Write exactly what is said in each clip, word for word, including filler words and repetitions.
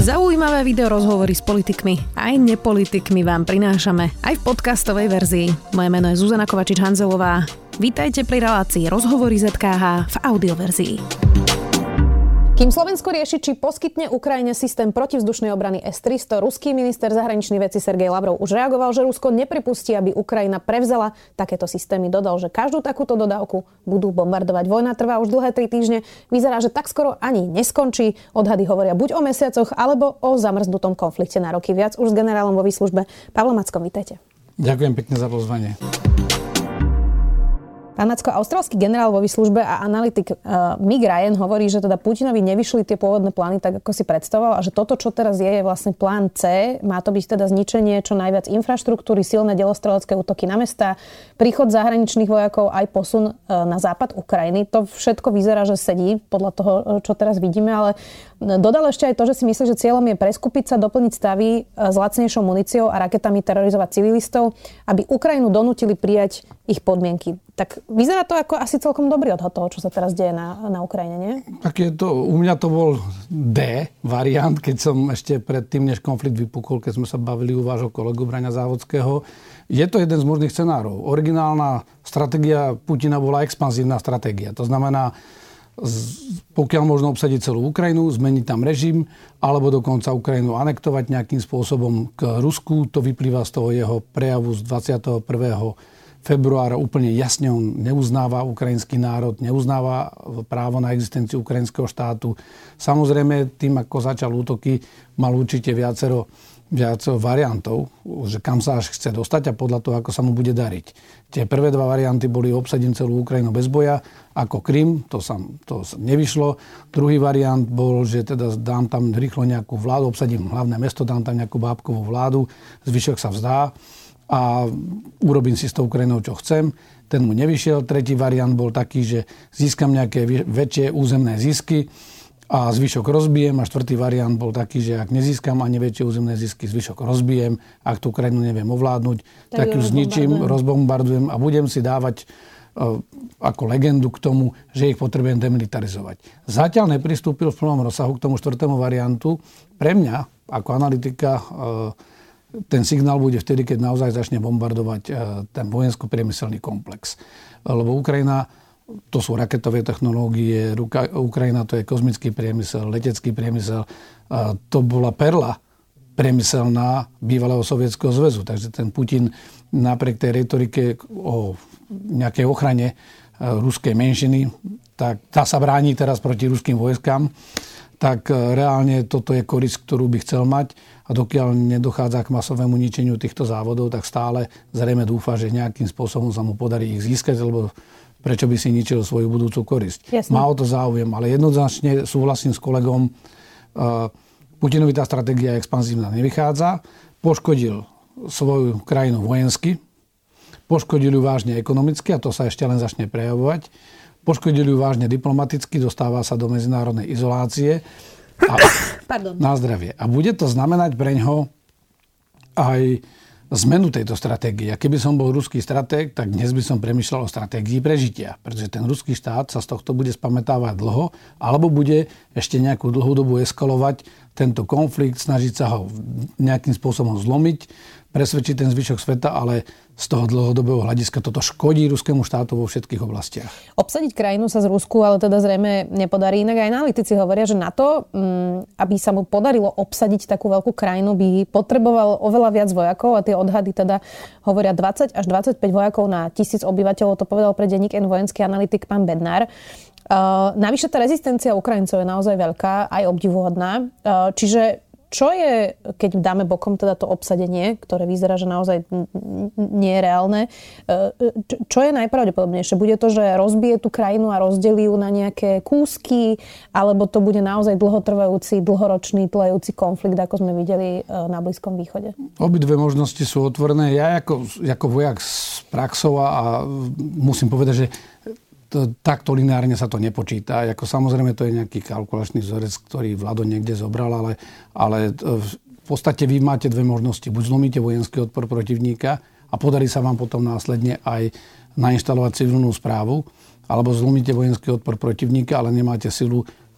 Zaujímavé videorozhovory s politikmi aj nepolitikmi vám prinášame aj v podcastovej verzii. Moje meno je Zuzana Kovačič-Hanzelová. Vítajte pri relácii Rozhovory zet ká há v audioverzii. Kým Slovensko rieši, či poskytne Ukrajine systém protivzdušnej obrany es tristo, ruský minister zahraničných vecí Sergej Lavrov už reagoval, že Rusko nepripustí, aby Ukrajina prevzala takéto systémy. Dodal, že každú takúto dodávku budú bombardovať. Vojna trvá už dlhé tri týždne. Vyzerá, že tak skoro ani neskončí. Odhady hovoria buď o mesiacoch, alebo o zamrznutom konflikte na roky. Viac už s generálom vo výslužbe Pavlom Mackom. Vítajte. Ďakujem pekne za pozvanie. Pán Macko, austrálsky generál vo výslužbe a analytik uh, Mick Ryan hovorí, že teda Putinovi nevyšli tie pôvodné plány tak, ako si predstavoval, a že toto, čo teraz je, je vlastne plán C. Má to byť teda zničenie čo najviac infraštruktúry, silné delostrelecké útoky na mestá, príchod zahraničných vojakov, aj posun uh, na západ Ukrajiny. To všetko vyzerá, že sedí podľa toho, čo teraz vidíme, ale dodal ešte aj to, že si myslí, že cieľom je preskupiť sa, doplniť stavy s lacnejšou muníciou a raketami terorizovať civilistov, aby Ukrajinu donútili prijať ich podmienky. Tak vyzerá to ako asi celkom dobrý odhad toho, čo sa teraz deje na, na Ukrajine, nie? Tak je to, u mňa to bol D variant, keď som ešte predtým, než konflikt vypukol, keď sme sa bavili u vášho kolegu Braňa Závodského. Je to jeden z možných scenárov. Originálna stratégia Putina bola expanzívna stratégia. To znamená, pokiaľ možno obsadiť celú Ukrajinu, zmeniť tam režim, alebo dokonca Ukrajinu anektovať nejakým spôsobom k Rusku. To vyplýva z toho jeho prejavu z dvadsiateho prvého februára. Úplne jasne on neuznáva ukrajinský národ, neuznáva právo na existenciu ukrajinského štátu. Samozrejme, tým, ako začal útoky, mal určite viacero, viacero variantov, že kam sa až chce dostať a podľa toho, ako sa mu bude dariť. Tie prvé dva varianty boli obsadím celú Ukrajinu bez boja, ako Krym, to sa, to sa nevyšlo. Druhý variant bol, že teda dám tam rýchlo nejakú vládu, obsadím hlavné mesto, dám tam nejakú bábkovú vládu, zvyšok sa vzdá a urobím si s tou Ukrajinou, čo chcem. Ten mu nevyšiel. Tretí variant bol taký, že získam nejaké väčšie územné zisky a zvyšok rozbijem. A štvrtý variant bol taký, že ak nezískam ani väčšie územné zisky, zvyšok rozbijem. Ak tú Ukrajinu neviem ovládnuť, tak, tak ju zničím, rozbombardujem a budem si dávať uh, ako legendu k tomu, že ich potrebujem demilitarizovať. Zatiaľ nepristúpil v plnom rozsahu k tomu štvrtému variantu. Pre mňa, ako analytika, uh, ten signál bude vtedy, keď naozaj začne bombardovať ten vojensko-priemyselný komplex. Lebo Ukrajina, to sú raketové technológie, Ukrajina to je kozmický priemysel, letecký priemysel. To bola perla priemyselná bývalého Sovietskeho zväzu. Takže ten Putin napriek tej retorike o nejakej ochrane ruskej menšiny, tak tá sa bráni teraz proti ruským vojskám, tak reálne toto je korisť, ktorú by chcel mať. A dokiaľ nedochádza k masovému ničeniu týchto závodov, tak stále zrejme dúfa, že nejakým spôsobom sa mu podarí ich získať, lebo prečo by si ničil svoju budúcu korisť. Jasne. Má o to záujem, ale jednoznačne súhlasím s kolegom. Putinovi tá stratégia expanzívna nevychádza. Poškodil svoju krajinu vojensky, poškodil ju vážne ekonomicky, a to sa ešte len začne prejavovať. Poškodil ju vážne diplomaticky, dostáva sa do medzinárodnej izolácie. A na zdravie. A bude to znamenať preňho aj zmenu tejto stratégie. A keby som bol ruský stratég, tak dnes by som premýšľal o stratégii prežitia. Pretože ten ruský štát sa z tohto bude spamätávať dlho, alebo bude ešte nejakú dlhú dobu eskalovať tento konflikt, snažiť sa ho nejakým spôsobom zlomiť, presvedčiť ten zvyšok sveta, ale z toho dlhodobého hľadiska toto škodí ruskému štátu vo všetkých oblastiach. Obsadiť krajinu sa z Rusku, ale teda zrejme nepodarí. Inak aj analytici hovoria, že na to, aby sa mu podarilo obsadiť takú veľkú krajinu, by potreboval oveľa viac vojakov, a tie odhady teda hovoria dvadsať až dvadsaťpäť vojakov na tisíc obyvateľov. To povedal pre denník N vojenský analytik pán Bednár. Uh, navyše tá rezistencia Ukrajincov je naozaj veľká, aj obdivuhodná. Uh, čiže čo je, keď dáme bokom teda to obsadenie, ktoré vyzerá, že naozaj nie je reálne, čo je najpravdepodobnejšie? Bude to, že rozbije tú krajinu a rozdelí ju na nejaké kúsky, alebo to bude naozaj dlhotrvajúci, dlhoročný, tlejúci konflikt, ako sme videli na Blízkom východe? Obidve možnosti sú otvorené. Ja ako, ako vojak z praxov a musím povedať, že To, takto lineárne sa to nepočíta. Ako samozrejme to je nejaký kalkulačný vzorec, ktorý Vlado niekde zobral, ale, ale v podstate vy máte dve možnosti. Buď zlomíte vojenský odpor protivníka a podarí sa vám potom následne aj nainštalovať civilnú správu, alebo zlomíte vojenský odpor protivníka, ale nemáte silu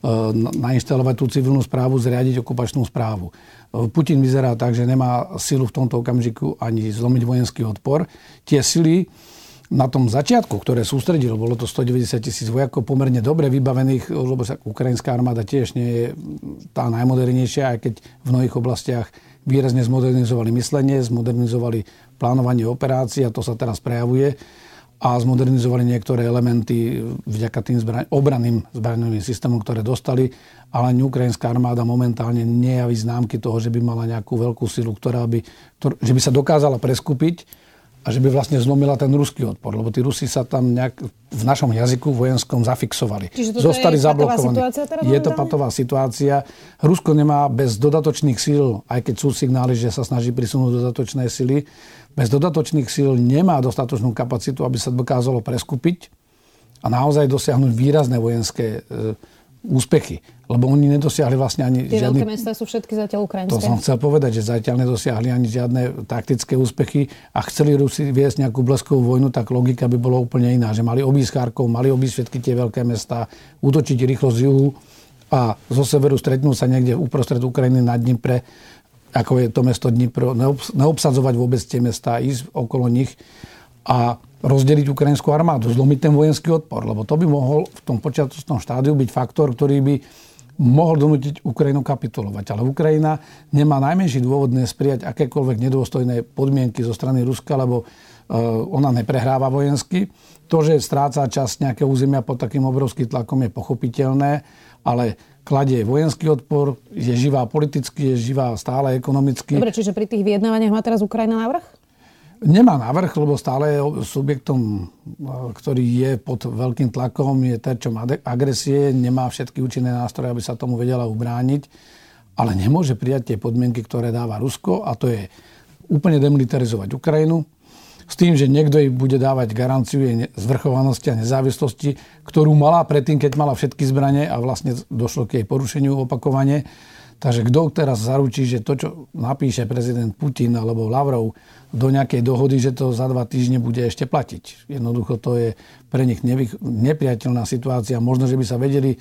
nainštalovať tú civilnú správu, zriadiť okupačnú správu. Putin vyzerá tak, že nemá silu v tomto okamžiku ani zlomiť vojenský odpor. Tie sily na tom začiatku, ktoré sústredilo, bolo to stodeväťdesiat tisíc vojakov pomerne dobre vybavených, lebo sa ukrajinská armáda tiež nie je tá najmodernejšia, aj keď v mnohých oblastiach výrazne zmodernizovali myslenie, zmodernizovali plánovanie operácií a to sa teraz prejavuje. A zmodernizovali niektoré elementy vďaka tým zbraň, obranným zbraňovým systémom, ktoré dostali. Ale ani ukrajinská armáda momentálne nejaví známky toho, že by mala nejakú veľkú silu, ktorá by, ktor, že by sa dokázala preskúpiť a že by vlastne zlomila ten ruský odpor. Lebo tí Rusi sa tam nejak v našom jazyku vojenskom zafixovali. Čiže toto Zostali je zablokovaní. Je to patová situácia. Rusko nemá bez dodatočných síl, aj keď sú signály, že sa snaží prisunúť dodatočné sily, bez dodatočných síl nemá dostatočnú kapacitu, aby sa dokázalo preskúpiť a naozaj dosiahnuť výrazné vojenské e, úspechy. Lebo oni nedosiahli vlastne ani Tie žiadny... veľké mestá sú všetky zatiaľ ukrajinské. To som chcel povedať, že zatiaľ nedosiahli ani žiadne taktické úspechy a chceli Rusi viesť nejakú bleskovú vojnu, tak logika by bola úplne iná. Že mali obísť Charkov, mali obísť všetky tie veľké mestá, útočiť rýchlo z juhu a zo severu stretnúť sa niekde uprostred Ukrajiny na Dnipre, ako je to mesto Dnipro, neobsadzovať vôbec tie mestá, ísť okolo nich a rozdeliť ukrajinskú armádu, zlomiť ten vojenský odpor, lebo to by mohol v tom počiatočnom štádiu byť faktor, ktorý by mohol donútiť Ukrajinu kapitulovať. Ale Ukrajina nemá najmenší dôvod dnes prijať akékoľvek nedôstojné podmienky zo strany Ruska, lebo ona neprehráva vojensky. To, že stráca časť nejakého územia pod takým obrovským tlakom, je pochopiteľné, ale kladie vojenský odpor, je živá politicky, je živá stále ekonomicky. Dobre, čiže pri tých vyjednávaniach má teraz Ukrajina návrh? Nemá návrh, lebo stále je subjektom, ktorý je pod veľkým tlakom, je terčom agresie, nemá všetky účinné nástroje, aby sa tomu vedela ubrániť, ale nemôže prijať tie podmienky, ktoré dáva Rusko, a to je úplne demilitarizovať Ukrajinu, s tým, že niekto jej bude dávať garanciu jej zvrchovanosti a nezávislosti, ktorú mala predtým, keď mala všetky zbrane a vlastne došlo k jej porušeniu opakovane. Takže kto teraz zaručí, že to, čo napíše prezident Putin alebo Lavrov do nejakej dohody, že to za dva týždne bude ešte platiť. Jednoducho to je pre nich nevy, nepriateľná situácia. Možno, že by sa vedeli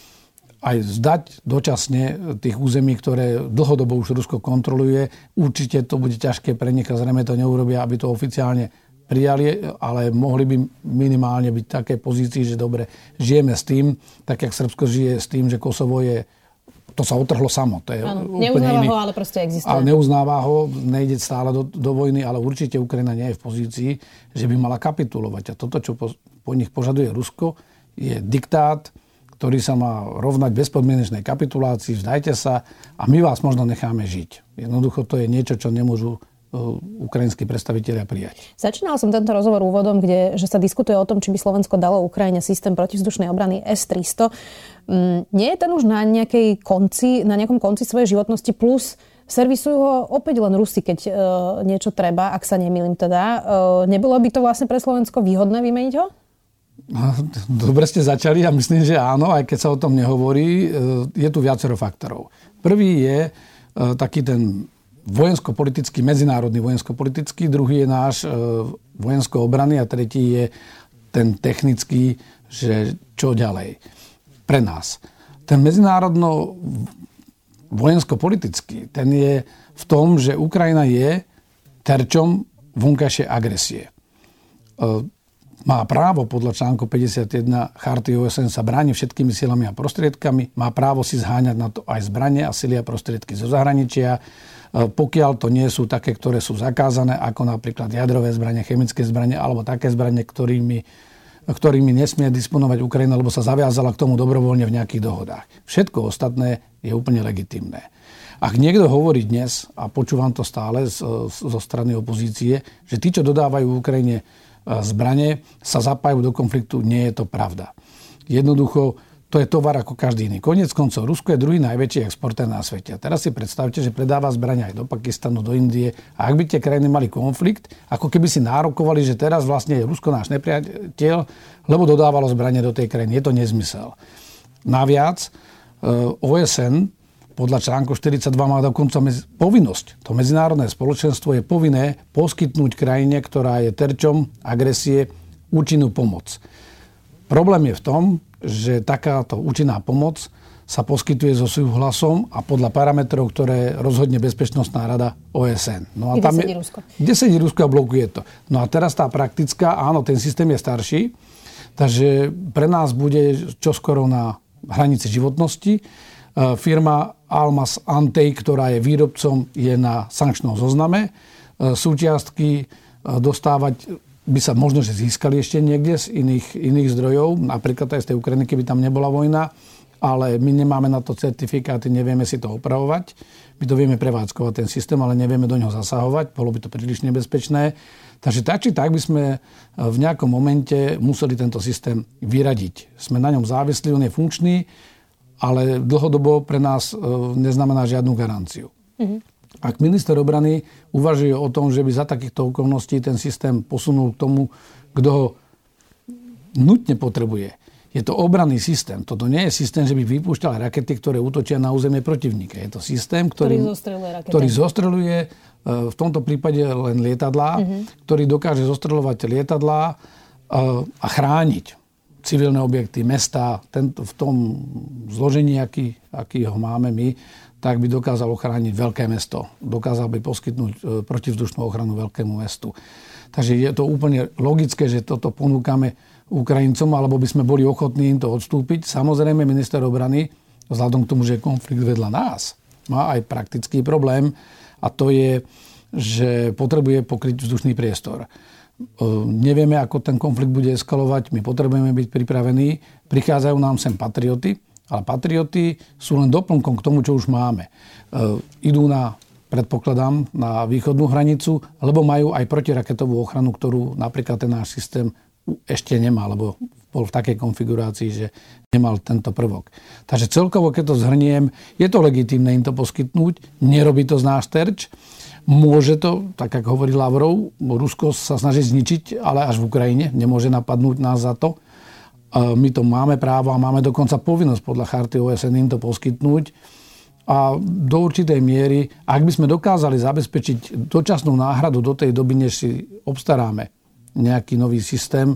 aj zdať dočasne tých území, ktoré dlhodobo už Rusko kontroluje. Určite to bude ťažké pre nich a zrejme to neurobia, aby to oficiálne prijali, ale mohli by minimálne byť v takej pozícii, že dobre, žijeme s tým, tak jak Srbsko žije s tým, že Kosovo je, to sa otrhlo samo. To je ano, úplne neuznáva iný. ho, ale proste existuje. Ale neuznáva ho, nejde stále do, do vojny, ale určite Ukrajina nie je v pozícii, že by mala kapitulovať. A toto, čo po, po nich požaduje Rusko, je diktát, ktorý sa má rovnať bezpodmienečnej kapitulácii, vzdajte sa a my vás možno necháme žiť. Jednoducho to je niečo, čo nemôžu ukrajinskí predstavitelia prijať. Začínal som tento rozhovor úvodom, kde že sa diskutuje o tom, či by Slovensko dalo Ukrajine systém protivzdušnej obrany es tristo. Mm, nie je ten už na nejakej konci, na nejakom konci svojej životnosti, plus servisujú ho opäť len Rusi, keď e, niečo treba, ak sa nemýlim teda. E, nebolo by to vlastne pre Slovensko výhodné vymeniť ho? Dobre ste začali a myslím, že áno, aj keď sa o tom nehovorí. Je tu viacero faktorov. Prvý je taký ten vojensko-politický, medzinárodný vojensko-politický, druhý je náš vojensko-obranný a tretí je ten technický, že čo ďalej pre nás. Ten medzinárodno vojensko-politický, ten je v tom, že Ukrajina je terčom vonkajšej agresie. Má právo podľa článku päťdesiatjeden Charty ó es en sa bráni všetkými silami a prostriedkami. Má právo si zháňať na to aj zbrane a sily a prostriedky zo zahraničia. Pokiaľ to nie sú také, ktoré sú zakázané, ako napríklad jadrové zbrane, chemické zbrane alebo také zbrane, ktorými, ktorými nesmie disponovať Ukrajina, lebo sa zaviazala k tomu dobrovoľne v nejakých dohodách. Všetko ostatné je úplne legitimné. Ak niekto hovorí dnes, a počúvam to stále zo strany opozície, že tí, čo dodávajú Ukrajine zbrane, sa zapájajú do konfliktu, nie je to pravda. Jednoducho, to je tovar ako každý iný. Koniec koncov, Rusko je druhý najväčší exportér na svete. A teraz si predstavte, že predáva zbrane aj do Pakistanu, do Indie. A ak by tie krajiny mali konflikt, ako keby si nárokovali, že teraz vlastne je Rusko náš nepriateľ, lebo dodávalo zbrane do tej krajiny. Je to nezmysel. Naviac, ó es en podľa článku štyridsaťdva má dokonca povinnosť. To medzinárodné spoločenstvo je povinné poskytnúť krajine, ktorá je terčom agresie, účinnú pomoc. Problém je v tom, že takáto účinná pomoc sa poskytuje so súhlasom a podľa parametrov, ktoré rozhodne Bezpečnostná rada ó es en. No a kde tam sedí je, Rusko. Kde sedí Rusko a blokuje to. No a teraz tá praktická, áno, ten systém je starší, takže pre nás bude čoskoro na hranici životnosti. Firma Almas Antey, ktorá je výrobcom, je na sankčnom zozname. Súčiastky dostávať by sa možno, že získali ešte niekde z iných, iných zdrojov, napríklad aj z tej Ukrajiny, keby tam nebola vojna, ale my nemáme na to certifikáty, nevieme si to opravovať. My to vieme prevádzkovať ten systém, ale nevieme do ňoho zasahovať, bolo by to príliš nebezpečné. Takže tak či tak by sme v nejakom momente museli tento systém vyradiť. Sme na ňom závislí, on je funkčný, ale dlhodobo pre nás neznamená žiadnu garanciu. Mhm. Ak minister obrany uvažuje o tom, že by za takýchto okolností ten systém posunul k tomu, kto ho nutne potrebuje, je to obranný systém. Toto nie je systém, že by vypúšťal rakety, ktoré útočia na územie protivníka. Je to systém, ktorý, ktorý zostreluje rakety. Ktorý zostreluje v tomto prípade len lietadlá, mm-hmm. ktorý dokáže zostreľovať lietadlá a chrániť civilné objekty, mestá. Tento, v tom zložení, aký, aký ho máme my, tak by dokázal ochrániť veľké mesto. Dokázal by poskytnúť protivzdušnú ochranu veľkému mestu. Takže je to úplne logické, že toto ponúkame Ukrajincom, alebo by sme boli ochotní im to odstúpiť. Samozrejme, minister obrany, vzhľadom k tomu, že je konflikt vedľa nás, má aj praktický problém a to je, že potrebuje pokryť vzdušný priestor. Nevieme, ako ten konflikt bude eskalovať, my potrebujeme byť pripravení. Prichádzajú nám sem patrioty, ale patrioty sú len doplnkom k tomu, čo už máme. Idú na, predpokladám, na východnú hranicu, lebo majú aj protiraketovú ochranu, ktorú napríklad ten náš systém ešte nemá, lebo bol v takej konfigurácii, že nemal tento prvok. Takže celkovo, keď to zhrniem, je to legitímne im to poskytnúť, nerobí to z nás terč. Môže to, tak ako hovorí Lavrov, Rusko sa snaží zničiť, ale až v Ukrajine, nemôže napadnúť nás za to. My to máme právo a máme dokonca povinnosť podľa charty ó es en im to poskytnúť. A do určitej miery, ak by sme dokázali zabezpečiť dočasnú náhradu do tej doby, než si obstaráme nejaký nový systém,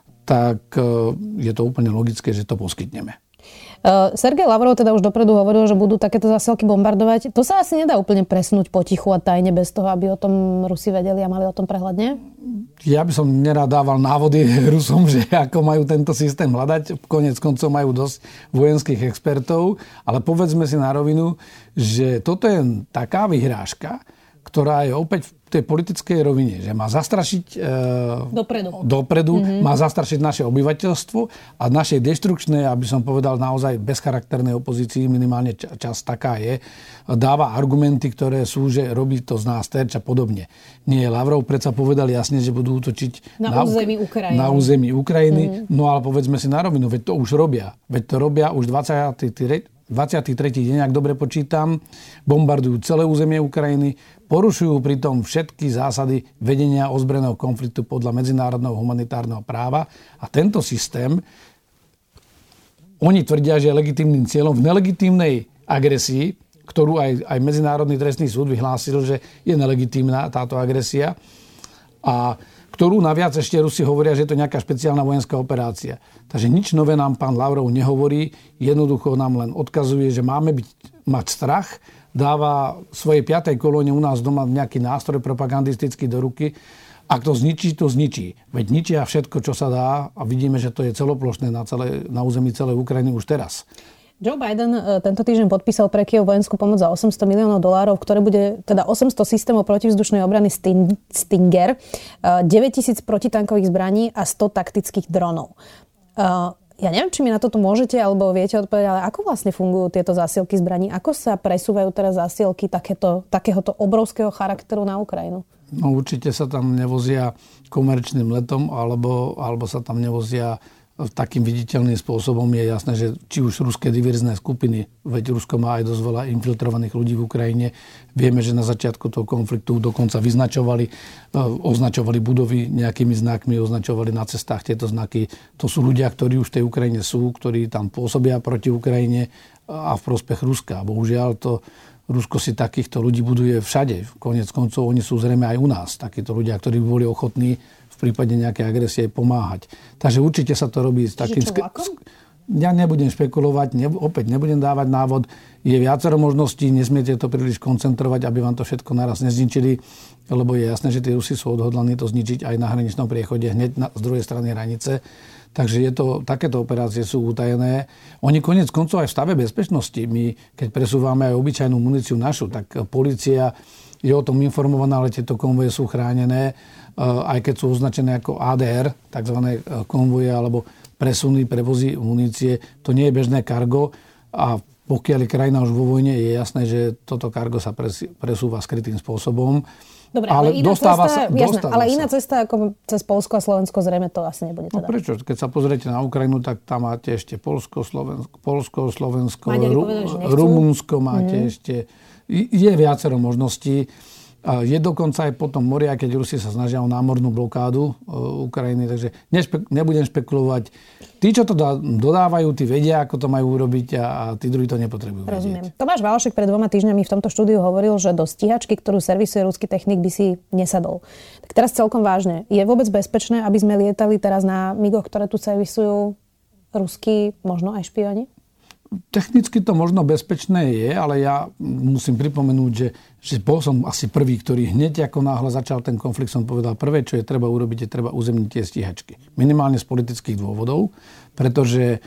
tak je to úplne logické, že to poskytneme. Uh, Sergej Lavrov teda už dopredu hovoril, že budú takéto zásielky bombardovať. To sa asi nedá úplne presunúť potichu a tajne bez toho, aby o tom Rusi vedeli a mali o tom prehľad, nie? Ja by som nerád dával návody Rusom, že ako majú tento systém hľadať. Koniec koncov majú dosť vojenských expertov, ale povedzme si na rovinu, že toto je taká vyhrážka, ktorá je opäť v tej politickej rovine, že má zastrašiť e, dopredu, dopredu mm-hmm. má zastrašiť naše obyvateľstvo a našej deštrukčnej, aby som povedal naozaj bezcharakternej opozícii, minimálne čas taká je, dáva argumenty, ktoré sú, že robí to z nás terč a podobne. Nie, Lavrov predsa povedal jasne, že budú útočiť na, na území Ukrajiny. Na území Ukrajiny. Mm-hmm. No ale povedzme si na rovinu, veď to už robia. Veď to robia už dvadsiaty tretí deň, ak dobre počítam, bombardujú celé územie Ukrajiny, porušujú pritom všetky zásady vedenia ozbrojeného konfliktu podľa medzinárodného humanitárneho práva a tento systém, oni tvrdia, že je legitímnym cieľom v nelegitímnej agresii, ktorú aj, aj Medzinárodný trestný súd vyhlásil, že je nelegitímna táto agresia a ktorú naviac ešte Rusi hovoria, že je to nejaká špeciálna vojenská operácia. Takže nič nové nám pán Lavrov nehovorí, jednoducho nám len odkazuje, že máme byť, mať strach, dáva svojej piatej kolóne u nás doma nejaký nástroj propagandistický do ruky. Ak to zničí, to zničí. Veď ničia všetko, čo sa dá a vidíme, že to je celoplošné na, celé, na území celej Ukrajiny už teraz. Joe Biden tento týždeň podpísal pre Kyjev vojenskú pomoc za osemsto miliónov dolárov, ktoré bude teda osemsto systémov protivzdušnej obrany Stinger, deväťtisíc protitankových zbraní a sto taktických dronov. Ja neviem, či mi na toto môžete alebo viete odpovedať, ale ako vlastne fungujú tieto zásielky zbraní? Ako sa presúvajú teraz zásielky takéto, takéhoto obrovského charakteru na Ukrajinu? No určite sa tam nevozia komerčným letom alebo, alebo sa tam nevozia takým viditeľným spôsobom. Je jasné, že či už ruské diverzné skupiny, veď Rusko má aj dosť veľa infiltrovaných ľudí v Ukrajine. Vieme, že na začiatku toho konfliktu dokonca vyznačovali, označovali budovy nejakými znakmi, označovali na cestách tieto znaky. To sú ľudia, ktorí už v tej Ukrajine sú, ktorí tam pôsobia proti Ukrajine a v prospech Ruska. Bohužiaľ to Rusko si takýchto ľudí buduje všade. Koniec koncov oni sú zrejme aj u nás. Takíto ľudia, ktorí by boli ochotní v prípade nejakej agresie pomáhať. Takže určite sa to robí s takým... Čiže čo, vlakom? Ja nebudem špekulovať, ne, opäť nebudem dávať návod. Je viacero možností, nesmiete to príliš koncentrovať, aby vám to všetko naraz nezničili, lebo je jasné, že tí Rusi sú odhodlaní to zničiť aj na hraničnom priechode, hneď na, z druhej strany hranice. Takže je to, takéto operácie sú utajené. Oni koniec koncov aj v stave bezpečnosti. My, keď presúvame aj obyčajnú muníciu našu, tak polícia je o tom informovaná, ale tieto konvoje sú chránené, aj keď sú označené ako á dé er, takzvané konvoje alebo presuny, prevozy munície. To nie je bežné kargo a pokiaľ je krajina už vo vojne, je jasné, že toto kargo sa presúva skrytým spôsobom. Dobre, ale, ale iná dostáva cesta, sa, jasné, dostáva ale sa. iná cesta ako cez Poľsko a Slovensko zrejme to asi nebude teda. No prečo? Keď sa pozriete na Ukrajinu, tak tam máte ešte Poľsko, Slovensko, Poľsko, Slovensko, Ru, Rumunsko máte mm. ešte. Je viacero možností. Je dokonca aj potom moria, keď Rusi sa snažia o námornú blokádu Ukrajiny, takže nešpe, nebudem špekulovať. Tí, čo to dodávajú, tí vedia, ako to majú urobiť a, a tí druhí to nepotrebujú Rozumiem. vedieť. Tomáš Valašek pred dvoma týždňami v tomto štúdiu hovoril, že do stíhačky, ktorú servisuje ruský technik, by si nesadol. Tak teraz celkom vážne. Je vôbec bezpečné, aby sme lietali teraz na migoch, ktoré tu servisujú ruskí, možno aj špioni? Technicky to možno bezpečné je, ale ja musím pripomenúť, že, že bol som asi prvý, ktorý hneď ako náhle začal ten konflikt, som povedal, prvé, čo je treba urobiť, je treba uzemniť tie stíhačky. Minimálne z politických dôvodov, pretože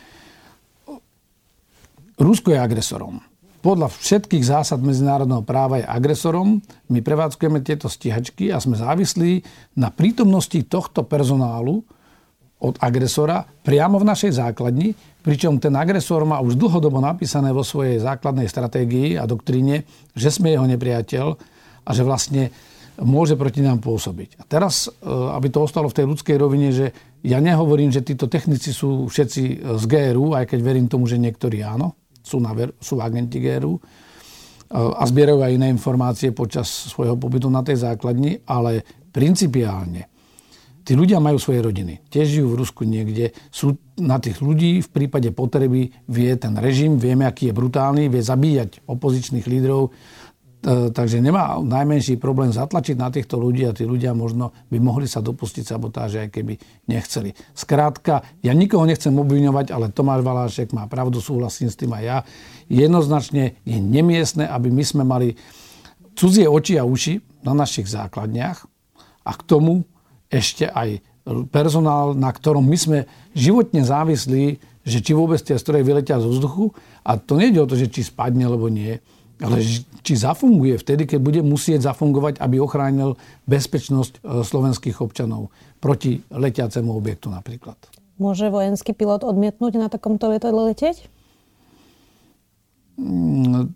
Rusko je agresorom. Podľa všetkých zásad medzinárodného práva je agresorom. My prevádzkujeme tieto stíhačky a sme závislí na prítomnosti tohto personálu od agresora priamo v našej základni, pričom ten agresor má už dlhodobo napísané vo svojej základnej stratégii a doktríne, že sme jeho nepriateľ a že vlastne môže proti nám pôsobiť. A teraz, aby to ostalo v tej ľudskej rovine, že ja nehovorím, že títo technici sú všetci z gé er ú, aj keď verím tomu, že niektorí áno, sú, na ver- sú agenti gé er ú a zbierajú aj iné informácie počas svojho pobytu na tej základni, ale principiálne tí ľudia majú svoje rodiny. Tiež žijú v Rusku niekde. Sú na tých ľudí v prípade potreby vie ten režim, vieme, aký je brutálny, vie zabíjať opozičných lídrov. Takže nemá najmenší problém zatlačiť na týchto ľudí a tí ľudia možno by mohli sa dopustiť sabotáže, aj keby nechceli. Skrátka, ja nikoho nechcem obviňovať, ale Tomáš Valášek má pravdu, súhlasím s tým aj ja. Jednoznačne je nemiestne, aby my sme mali cudzie oči a uši na našich základniach a k tomu ešte aj personál, na ktorom my sme životne závislí, že či vôbec tie stroje vyletia zo vzduchu. A to nie je o to, že či spadne, alebo nie, ale či zafunguje vtedy, keď bude musieť zafungovať, aby ochránil bezpečnosť slovenských občanov proti letiacemu objektu napríklad. Môže vojenský pilot odmietnúť na takomto lietadle letieť? Mm,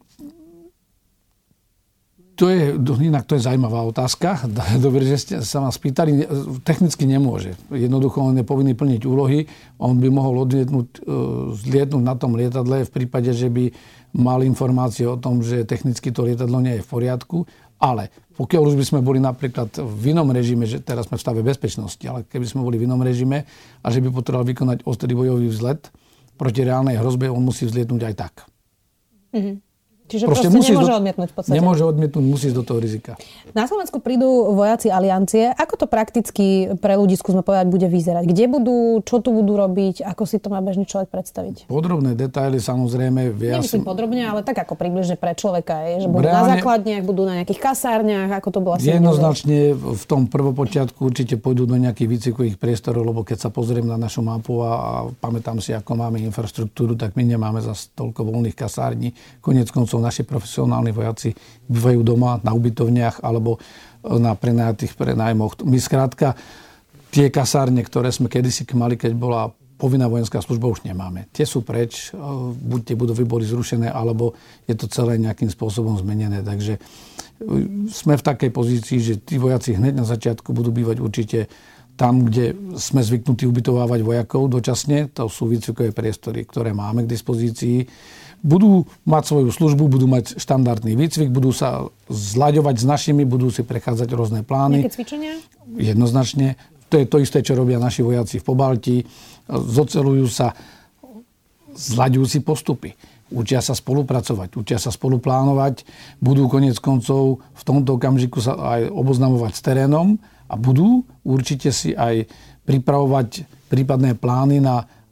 To je, inak to je zaujímavá otázka. Dobre, že ste sa ma spýtali. Technicky nemôže. Jednoducho on je povinný plniť úlohy. On by mohol odlietnúť, zlietnúť na tom lietadle v prípade, že by mal informácie o tom, že technicky to lietadlo nie je v poriadku. Ale pokiaľ už by sme boli napríklad v inom režime, že teraz sme v stave bezpečnosti, ale keby sme boli v inom režime a že by potreboval vykonať ostrý bojový vzlet proti reálnej hrozbe, on musí vzlietnúť aj tak. Mhm. Čiže proste, proste nemôže do, odmietnúť v podstate. Nemôže odmietnúť, musí ísť do toho rizika. Na Slovensku prídu vojaci aliancie. Ako to prakticky pre ľudí, skúsme povedať, bude vyzerať? Kde budú, čo tu budú robiť? Ako si to má bežný človek predstaviť? Podrobné detaily samozrejme. Nemyslím som... podrobne, ale tak ako približne pre človeka je. Že budú Reálne... na základniach, budú na nejakých kasárniach. Ako to bola asi jednoznačne v tom prvopočiatku určite pôjdu do nejakých výcvikových priestorov, lebo keď sa pozriem na našu mapu a, a pamätám si, ako máme infraštruktúru, tak my nemáme zase toľko voľných kasární. Koniec koncov naši profesionálni vojaci bývajú doma na ubytovniach alebo na prenajatých prenájmoch. My skrátka tie kasárne, ktoré sme kedysi mali, keď bola povinná vojenská služba, už nemáme. Tie sú preč, buď tie budovy boli zrušené, alebo je to celé nejakým spôsobom zmenené. Takže sme v takej pozícii, že tí vojaci hneď na začiatku budú bývať určite tam, kde sme zvyknutí ubytovávať vojakov dočasne. To sú výcvikové priestory, ktoré máme k dispozícii. Budú mať svoju službu, budú mať štandardný výcvik, budú sa zlaďovať s našimi, budú si prechádzať rôzne plány. Nejaké cvičenia? Jednoznačne. To je to isté, čo robia naši vojaci v Pobaltí. Zocelujú sa, zlaďujú si postupy. Učia sa spolupracovať, učia sa spoluplánovať. Budú koniec koncov v tomto okamžiku sa aj oboznamovať s terénom a budú určite si aj pripravovať prípadné plány na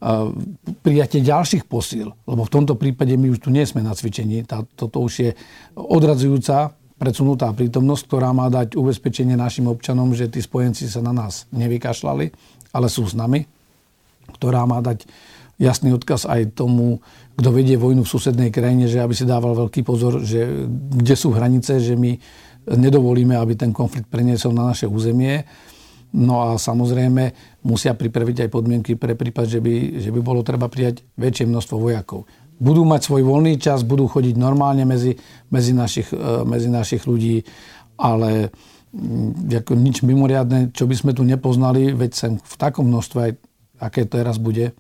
prijatie ďalších posíl, lebo v tomto prípade my už tu nie sme na cvičení. Tá, toto už je odradzujúca, predsunutá prítomnosť, ktorá má dať ubezpečenie našim občanom, že tí spojenci sa na nás nevykašľali, ale sú s nami, ktorá má dať jasný odkaz aj tomu, kto vedie vojnu v susednej krajine, že aby si dával veľký pozor, že kde sú hranice, že my nedovolíme, aby ten konflikt preniesol na naše územie. No a samozrejme musia pripraviť aj podmienky pre prípad, že by, že by bolo treba prijať väčšie množstvo vojakov. Budú mať svoj voľný čas, budú chodiť normálne medzi, medzi, našich, medzi našich ľudí, ale ako nič mimoriadne, čo by sme tu nepoznali, veď sem v takom množstve, aj aké to teraz bude,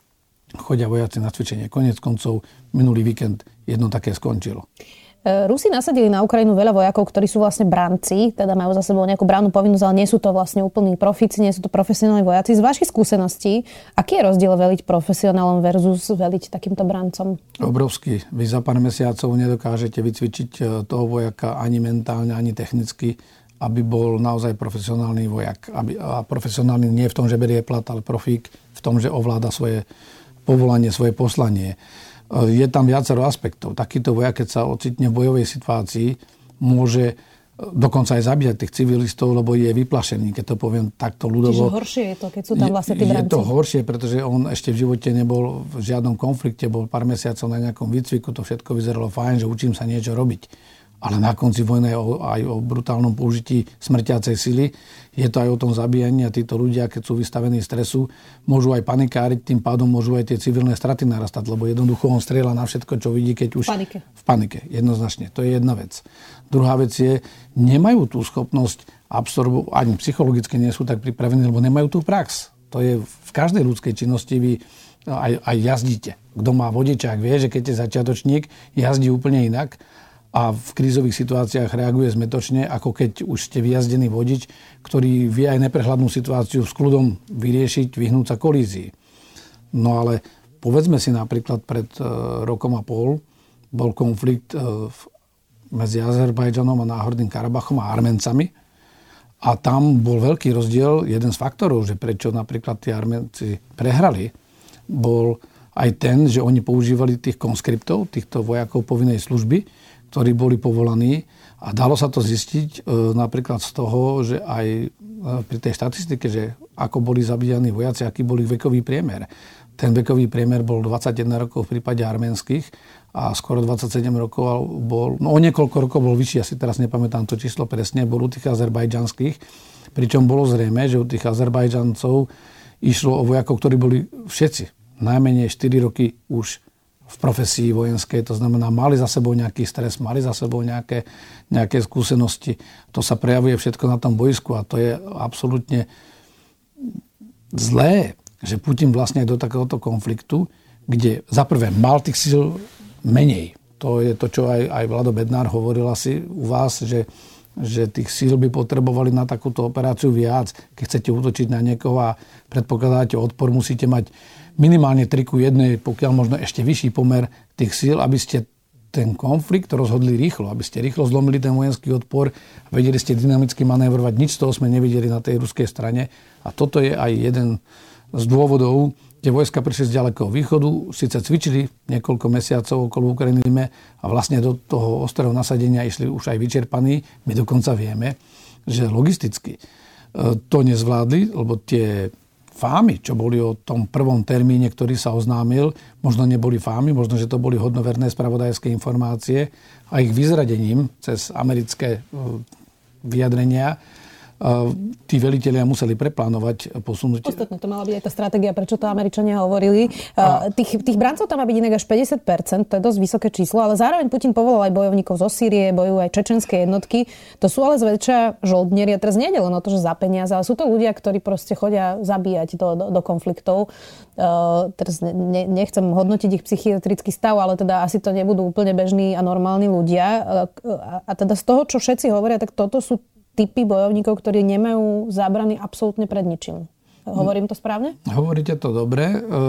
chodia vojaci na cvičenie. Koniec koncov, minulý víkend jedno také skončilo. Rusi nasadili na Ukrajinu veľa vojakov, ktorí sú vlastne branci, teda majú za sebou nejakú brannú povinnosť, ale nie sú to vlastne úplní profíci, nie sú to profesionálni vojaci. Z vašich skúseností, aký je rozdiel veliť profesionálom versus veliť takýmto brancom? Obrovský. Vy za pár mesiacov nedokážete vycvičiť toho vojaka ani mentálne, ani technicky, aby bol naozaj profesionálny vojak. Aby, a profesionálny nie v tom, že berie plat, ale profík v tom, že ovláda svoje povolanie, svoje poslanie. Je tam viacero aspektov. Takýto vojak, keď sa ocitne v bojovej situácii, môže dokonca aj zabíjať tých civilistov, lebo je vyplašený, keď to poviem takto ľudovo. Čiže horšie je to, keď sú tam vlastne tí branci? Je to horšie, pretože on ešte v živote nebol v žiadnom konflikte, bol pár mesiacov na nejakom výcviku, to všetko vyzeralo fajn, že učím sa niečo robiť. Ale na konci vojny je aj o brutálnom použití smrtiacej sily. Je to aj o tom zabíjaní a títo ľudia, keď sú vystavení stresu, môžu aj panikáriť, tým pádom môžu aj tie civilné straty narastať, lebo jednoducho on strieľa na všetko, čo vidí, keď už... V panike. V panike, jednoznačne. To je jedna vec. Druhá vec je, nemajú tú schopnosť absorbovať, ani psychologicky nie sú tak pripravení, lebo nemajú tú prax. To je v každej ľudskej činnosti, vy aj, aj jazdíte. Kto má vodičák, vie, že keď je začiatočník, jazdí úplne inak. A v krízových situáciách reaguje zmätočne, ako keď už ste vyjazdený vodič, ktorý vie aj neprehľadnú situáciu s kľudom vyriešiť, vyhnúť sa kolízii. No ale povedzme si napríklad pred rokom a pol bol konflikt medzi Azerbajdžanom a Náhorným Karabachom a Arméncami. A tam bol veľký rozdiel, jeden z faktorov, že prečo napríklad tí Arménci prehrali, bol aj ten, že oni používali tých konskriptov, týchto vojakov povinnej služby, ktorí boli povolaní a dalo sa to zistiť e, napríklad z toho, že aj e, pri tej štatistike, že ako boli zabíjani vojaci, aký bol ich vekový priemer. Ten vekový priemer bol dvadsaťjeden rokov v prípade arménskych a skoro dvadsaťsedem rokov bol, no o niekoľko rokov bol vyšší, asi teraz nepamätám to číslo presne, bol u tých azerbajdžanských, pričom bolo zrejme, že u tých Azerbajdžancov išlo o vojakov, ktorí boli všetci najmenej štyri roky už v profesii vojenskej, to znamená, mali za sebou nejaký stres, mali za sebou nejaké, nejaké skúsenosti. To sa prejavuje všetko na tom bojsku a to je absolútne zlé, že Putin vlastne do takéhoto konfliktu, kde za prvé mal tých síl menej. To je to, čo aj, aj Vlado Bednár hovoril asi u vás, že, že tých síl by potrebovali na takúto operáciu viac. Keď chcete útočiť na niekoho a predpokladáte odpor, musíte mať minimálne tri ku jednej, pokiaľ možno ešte vyšší pomer tých síl, aby ste ten konflikt rozhodli rýchlo, aby ste rýchlo zlomili ten vojenský odpor, vedeli ste dynamicky manévrovať. Nič z toho sme nevideli na tej ruskej strane. A toto je aj jeden z dôvodov, kde vojska prišli z ďalekého východu, síce cvičili niekoľko mesiacov okolo Ukrajiny a vlastne do toho ostrého nasadenia išli už aj vyčerpaní. My dokonca vieme, že logisticky to nezvládli, lebo tie fámy, čo boli o tom prvom termíne, ktorý sa oznámil, možno neboli fámy, možno, že to boli hodnoverné spravodajské informácie a ich vyzradením cez americké vyjadrenia tí velitelia museli preplánovať posunúť. Ostatne to mala byť aj tá stratégia, prečo to Američania hovorili. A... Tých, tých brancov tam má byť inak až päťdesiat percent, to je dosť vysoké číslo, ale zároveň Putin povolal aj bojovníkov zo Sýrie, bojujú aj čečenské jednotky. To sú ale zväčša žoldnieri. A teraz nie je len o to, že za peniaze, ale sú to ľudia, ktorí proste chodia zabíjať do, do, do konfliktov. Uh, teraz ne, nechcem hodnotiť ich psychiatrický stav, ale teda asi to nebudú úplne bežní a normálni ľudia. Uh, a, a teda z toho, čo všetci hovoria, tak toto sú typy bojovníkov, ktorí nemajú zábrany absolútne pred ničím. Hovorím to správne? Hovoríte to dobre.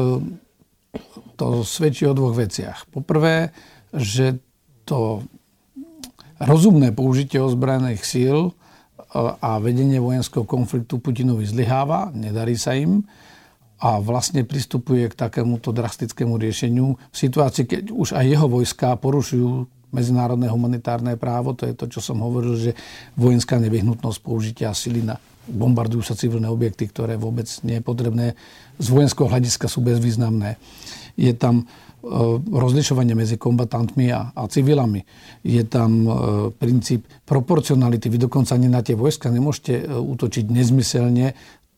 To svedčí o dvoch veciach. Poprvé, že to rozumné použitie ozbrojených síl a vedenie vojenského konfliktu Putinovi zlyháva, nedarí sa im. a vlastne pristupuje k takémuto drastickému riešeniu v situácii, keď už aj jeho vojská porušujú medzinárodné humanitárne právo. To je to, čo som hovoril, že vojenská nevyhnutnosť použitia sily na bombardujú sa civilné objekty, ktoré vôbec nie je potrebné. Z vojenského hľadiska sú bezvýznamné. Je tam e, rozlišovanie medzi kombatantmi a, a civilami. Je tam e, princíp proporcionality. Vy dokonca ani na tie vojska nemôžete e, útočiť nezmyselne, e,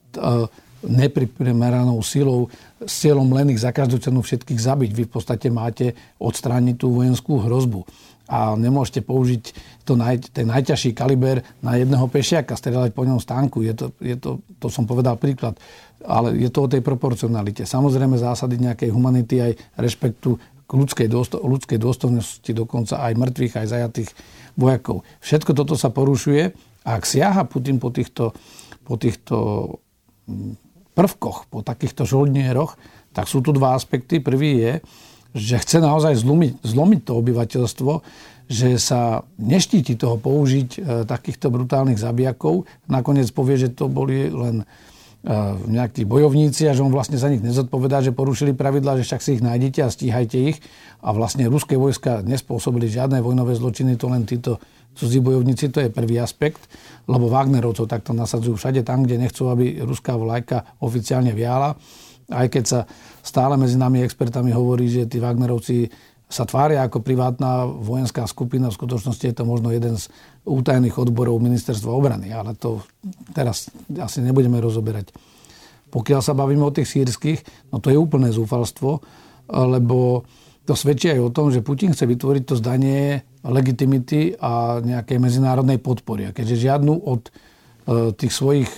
neprimeranou silou, s cieľom len ich za každú cenu všetkých zabiť. Vy v podstate máte odstrániť tú vojenskú hrozbu. A nemôžete použiť to naj, ten najťažší kaliber na jedného pešiaka, strieľať po ňom z tanku. Je to, je to, to som povedal príklad. Ale je to o tej proporcionalite. Samozrejme zásady nejakej humanity aj rešpektu k ľudskej, dôsto, ľudskej dôstojnosti, dokonca aj mŕtvych, aj zajatých vojakov. Všetko toto sa porušuje a ak siaha Putin po týchto, po týchto prvkoch, po takýchto žoldnieroch, tak sú tu dva aspekty. Prvý je, že chce naozaj zlomiť, zlomiť to obyvateľstvo, že sa neštíti toho použiť e, takýchto brutálnych zabijakov. Nakoniec povie, že to boli len e, nejakí bojovníci a že on vlastne za nich nezodpovedá, že porušili pravidlá, že však si ich nájdete a stíhajte ich. A vlastne ruské vojska nespôsobili žiadne vojnové zločiny, to len títo cudzí bojovníci, to je prvý aspekt, lebo Wagnerovcov takto nasadzujú všade tam, kde nechcú, aby ruská vlajka oficiálne viala. Aj keď sa stále medzi nami expertami hovorí, že tí Wagnerovci sa tvária ako privátna vojenská skupina, v skutočnosti je to možno jeden z útajných odborov ministerstva obrany, ale to teraz asi nebudeme rozoberať. Pokiaľ sa bavíme o tých sýrskych, no to je úplné zúfalstvo, lebo to svedčí aj o tom, že Putin chce vytvoriť to zdanie legitimity a nejakej medzinárodnej podpory. A keďže žiadnu od tých svojich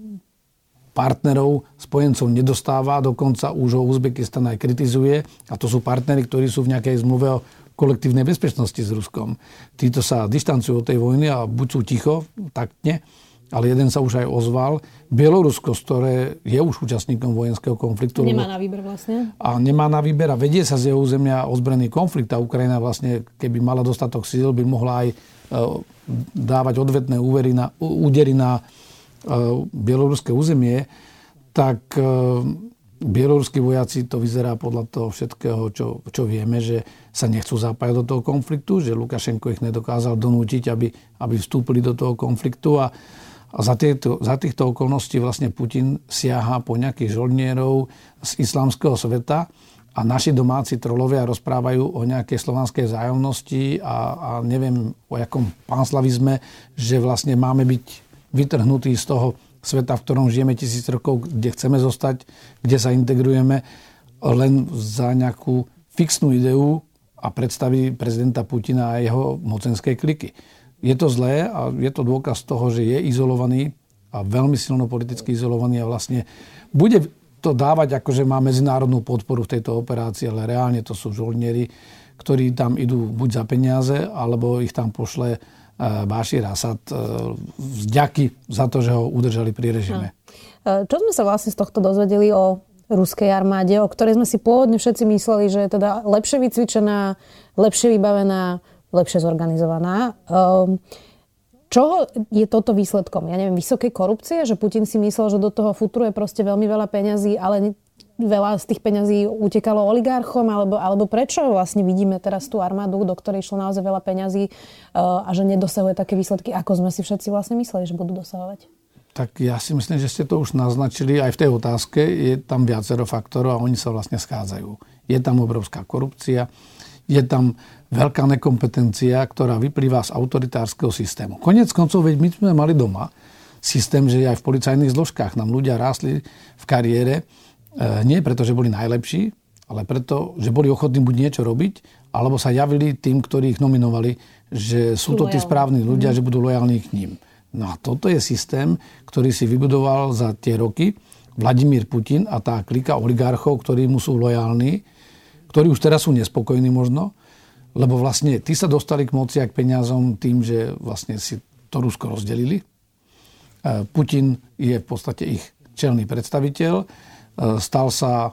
partnerov, spojencov nedostáva, dokonca už ho Uzbekistan aj kritizuje a to sú partneri, ktorí sú v nejakej zmluve o kolektívnej bezpečnosti s Ruskom. Títo sa dištancujú od tej vojny a buď sú ticho, taktne, ale jeden sa už aj ozval. Bielorusko, ktoré je už účastníkom vojenského konfliktu. Nemá na výber vlastne. A nemá na výber a vedie sa z jeho územia ozbrojený konflikt a Ukrajina vlastne, keby mala dostatok síl, by mohla aj dávať odvetné úvery na, údery na bieloruské územie, tak bieloruskí vojaci, to vyzerá podľa toho všetkého, čo, čo vieme, že sa nechcú zapájať do toho konfliktu, že Lukašenko ich nedokázal donútiť, aby, aby vstúpili do toho konfliktu a, a za, tieto, za týchto okolností vlastne Putin siaha po nejakých žoldnierov z islamského sveta a naši domáci trolovia rozprávajú o nejakej slovanskej vzájomnosti a, a neviem o jakom panslavizme, že vlastne máme byť vytrhnutý z toho sveta, v ktorom žijeme tisíc rokov, kde chceme zostať, kde sa integrujeme, len za nejakú fixnú ideu a predstavy prezidenta Putina a jeho mocenskej kliky. Je to zlé a je to dôkaz toho, že je izolovaný a veľmi silno politicky izolovaný a vlastne bude to dávať, akože má medzinárodnú podporu v tejto operácii, ale reálne to sú žoldnieri, ktorí tam idú buď za peniaze, alebo ich tam pošle Bašír Asad vďaky za to, že ho udržali pri režime. Čo sme sa vlastne z tohto dozvedeli o ruskej armáde, o ktorej sme si pôvodne všetci mysleli, že je teda lepšie vycvičená, lepšie vybavená, lepšie zorganizovaná. Čoho je toto výsledkom? Ja neviem, vysokej korupcie? Že Putin si myslel, že do toho futruje proste veľmi veľa peňazí, ale veľa z tých peňazí utekalo oligarchom, alebo, alebo prečo vlastne vidíme teraz tú armádu, do ktorej išlo naozaj veľa peňazí uh, a že nedosahuje také výsledky, ako sme si všetci vlastne mysleli, že budú dosahovať? Tak ja si myslím, že ste to už naznačili aj v tej otázke. Je tam viacero faktorov a oni sa vlastne schádzajú. Je tam obrovská korupcia, je tam veľká nekompetencia, ktorá vyplýva z autoritárskeho systému. Koniec koncov, veď my sme mali doma systém, že aj v policajných zložkách nám ľudia rástli v kariére, nie preto, že boli najlepší, ale preto, že boli ochotní buď niečo robiť, alebo sa javili tým, ktorí ich nominovali, že sú to tí správni ľudia, mm. že budú lojálni k ním. No a toto je systém, ktorý si vybudoval za tie roky Vladimír Putin a tá klika oligarchov, ktorí mu sú lojálni, ktorí už teraz sú nespokojní možno, lebo vlastne tí sa dostali k moci a k peniazom tým, že vlastne si to Rusko rozdelili. Putin je v podstate ich čelný predstaviteľ. Stal sa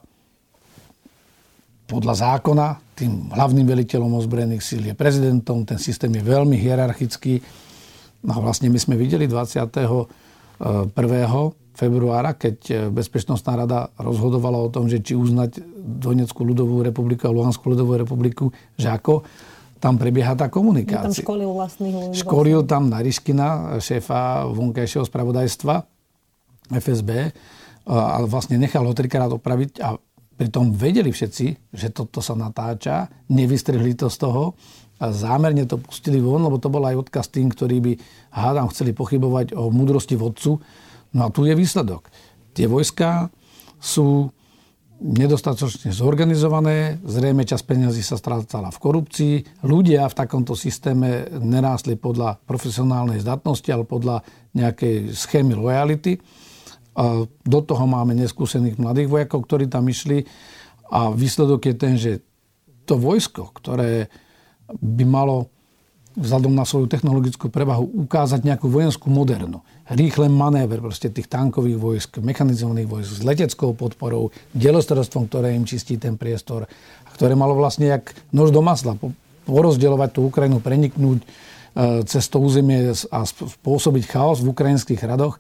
podľa zákona tým hlavným veliteľom ozbrojených síl, je prezidentom, ten systém je veľmi hierarchický. No a vlastne my sme videli dvadsiateho prvého februára, keď Bezpečnostná rada rozhodovala o tom, že či uznať Donetskú ľudovú republiku a Luhanskú ľudovú republiku, že ako tam prebieha tá komunikácia. Tam školil vlastných ľudí. Školil tam Nariškina, šéfa vonkajšieho spravodajstva ef es bé, ale vlastne nechal ho trikrát opraviť a pritom vedeli všetci, že toto sa natáča, nevystrihli to z toho a zámerne to pustili von, lebo to bol aj odkaz tým, ktorí by, hádam, chceli pochybovať o múdrosti vodcu. No a tu je výsledok. Tie vojská sú nedostatočne zorganizované, zrejme časť peniazí sa strácala v korupcii. Ľudia v takomto systéme nerástli podľa profesionálnej zdatnosti, ale podľa nejakej schémy lojality. A do toho máme neskúsených mladých vojakov, ktorí tam išli a výsledok je ten, že to vojsko, ktoré by malo vzhľadom na svoju technologickú prevahu ukázať nejakú vojenskú modernu, rýchle manéver proste tých tankových vojsk, mechanizovaných vojsk s leteckou podporou, delostredstvom, ktoré im čistí ten priestor, ktoré malo vlastne jak nož do masla porozdeľovať tú Ukrajinu, preniknúť cez to územie a spôsobiť chaos v ukrajinských radoch.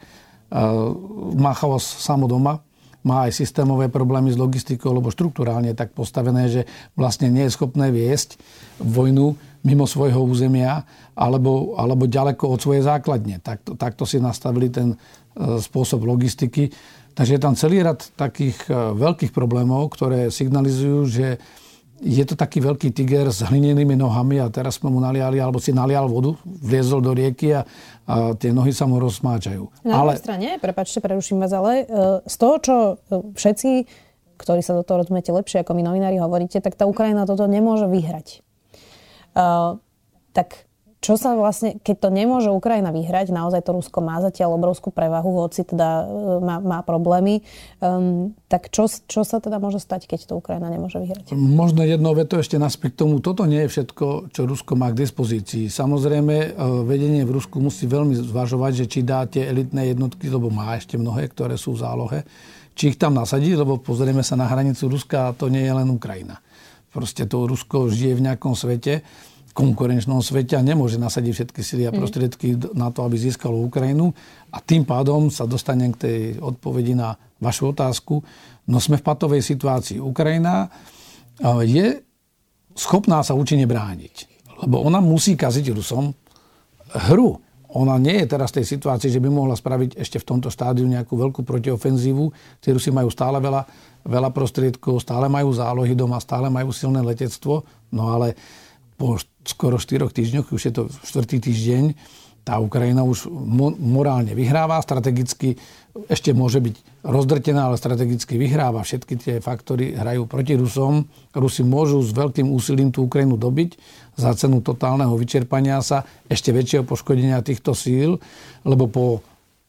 Má chaos samo doma, má aj systémové problémy s logistikou, lebo štruktúrálne je tak postavené, že vlastne nie je schopné viesť vojnu mimo svojho územia alebo, alebo ďaleko od svojej základne. Takto, takto si nastavili ten spôsob logistiky. Takže je tam celý rad takých veľkých problémov, ktoré signalizujú, že je to taký veľký tiger s hlinenými nohami a teraz sme mu naliali, alebo si nalial vodu, vliezol do rieky a, a tie nohy sa mu rozmáčajú. Na ale... druhej strane, prepáčte, preruším vás, ale z toho, čo všetci, ktorí sa do toho rozumiete lepšie ako my novinári hovoríte, tak tá Ukrajina toto nemôže vyhrať. Uh, tak čo sa vlastne, keď to nemôže Ukrajina vyhrať, naozaj to Rusko má zatiaľ obrovskú prevahu, hoci teda má, má problémy, um, tak čo, čo sa teda môže stať, keď to Ukrajina nemôže vyhrať? Možno jedno veto ešte naspäť k tomu. Toto nie je všetko, čo Rusko má k dispozícii. Samozrejme, vedenie v Rusku musí veľmi zvažovať, že či dá tie elitné jednotky, lebo má ešte mnohé, ktoré sú v zálohe, či ich tam nasadí, lebo pozrieme sa na hranicu Ruska a to nie je len Ukrajina. Proste to Rusko žije v nejakom svete, konkurenčnom svete a nemôže nasadiť všetky sily a prostriedky na to, aby získalo Ukrajinu. A tým pádom sa dostanem k tej odpovedi na vašu otázku. No sme v patovej situácii. Ukrajina je schopná sa účinne brániť. Lebo ona musí kaziť Rusom hru. Ona nie je teraz v tej situácii, že by mohla spraviť ešte v tomto štádiu nejakú veľkú protiofenzívu. Tí Rusi majú stále veľa, veľa prostriedkov, stále majú zálohy doma, stále majú silné letectvo. No ale po skoro štyroch týždňoch, už je to štvrtý týždeň, tá Ukrajina už mo- morálne vyhráva, strategicky ešte môže byť rozdrtená, ale strategicky vyhráva. Všetky tie faktory hrajú proti Rusom. Rusi môžu s veľkým úsilím tú Ukrajinu dobiť za cenu totálneho vyčerpania sa, ešte väčšieho poškodenia týchto síl, lebo po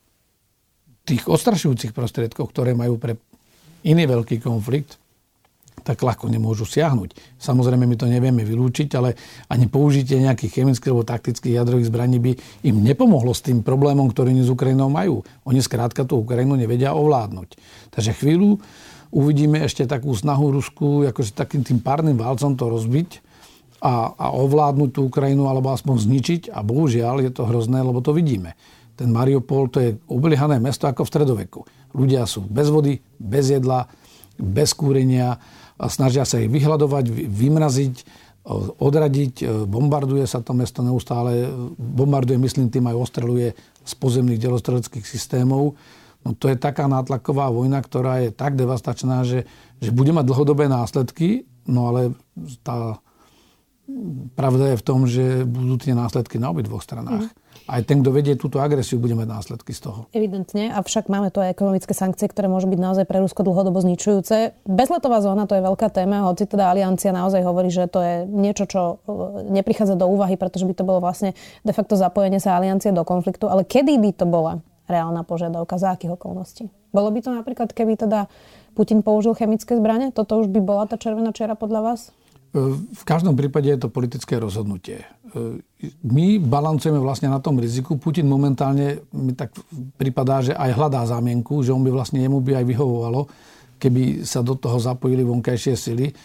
tých odstrašujúcich prostriedkoch, ktoré majú pre iný veľký konflikt, tak ľahko nemôžu siahnuť. Samozrejme, my to nevieme vylúčiť, ale ani použitie nejakých chemických alebo taktických jadrových zbraní by im nepomohlo s tým problémom, ktorý oni s Ukrajinou majú. Oni skrátka tú Ukrajinu nevedia ovládnuť. Takže chvíľu uvidíme ešte takú snahu Rusku, akože takým tým párnym válcom to rozbiť a, a ovládnuť tú Ukrajinu, alebo aspoň zničiť. A bohužiaľ je to hrozné, lebo to vidíme. Ten Mariupol, to je obliehané mesto ako v stredoveku. Ľudia sú bez vody, bez jedla, bez kúrenia, a snažia sa ich vyhľadovať, vymraziť, odradiť. Bombarduje sa to mesto neustále. Bombarduje, myslím, tým aj ostreluje z pozemných delostreleckých systémov. No to je taká nátlaková vojna, ktorá je tak devastačná, že, že bude mať dlhodobé následky, no ale tá pravda je v tom, že budú tie následky na obidvoch stranách. Mm. Aj ten, kto vedie túto agresiu, bude mať následky z toho. Evidentne, avšak máme tu aj ekonomické sankcie, ktoré môžu byť naozaj pre Rusko dlhodobo zničujúce. Bezletová zóna, to je veľká téma, hoci teda aliancia naozaj hovorí, že to je niečo, čo neprichádza do úvahy, pretože by to bolo vlastne de facto zapojenie sa aliancie do konfliktu. Ale kedy by to bola reálna požiadavka, za akých okolností? Bolo by to napríklad, keby teda Putin použil chemické zbrane? Toto už by bola tá červená čiara podľa vás? V každom prípade je to politické rozhodnutie. My balancujeme vlastne na tom riziku. Putin momentálne mi tak pripadá, že aj hľadá zámienku, že on by vlastne jemu by aj vyhovovalo, keby sa do toho zapojili vonkajšie sily.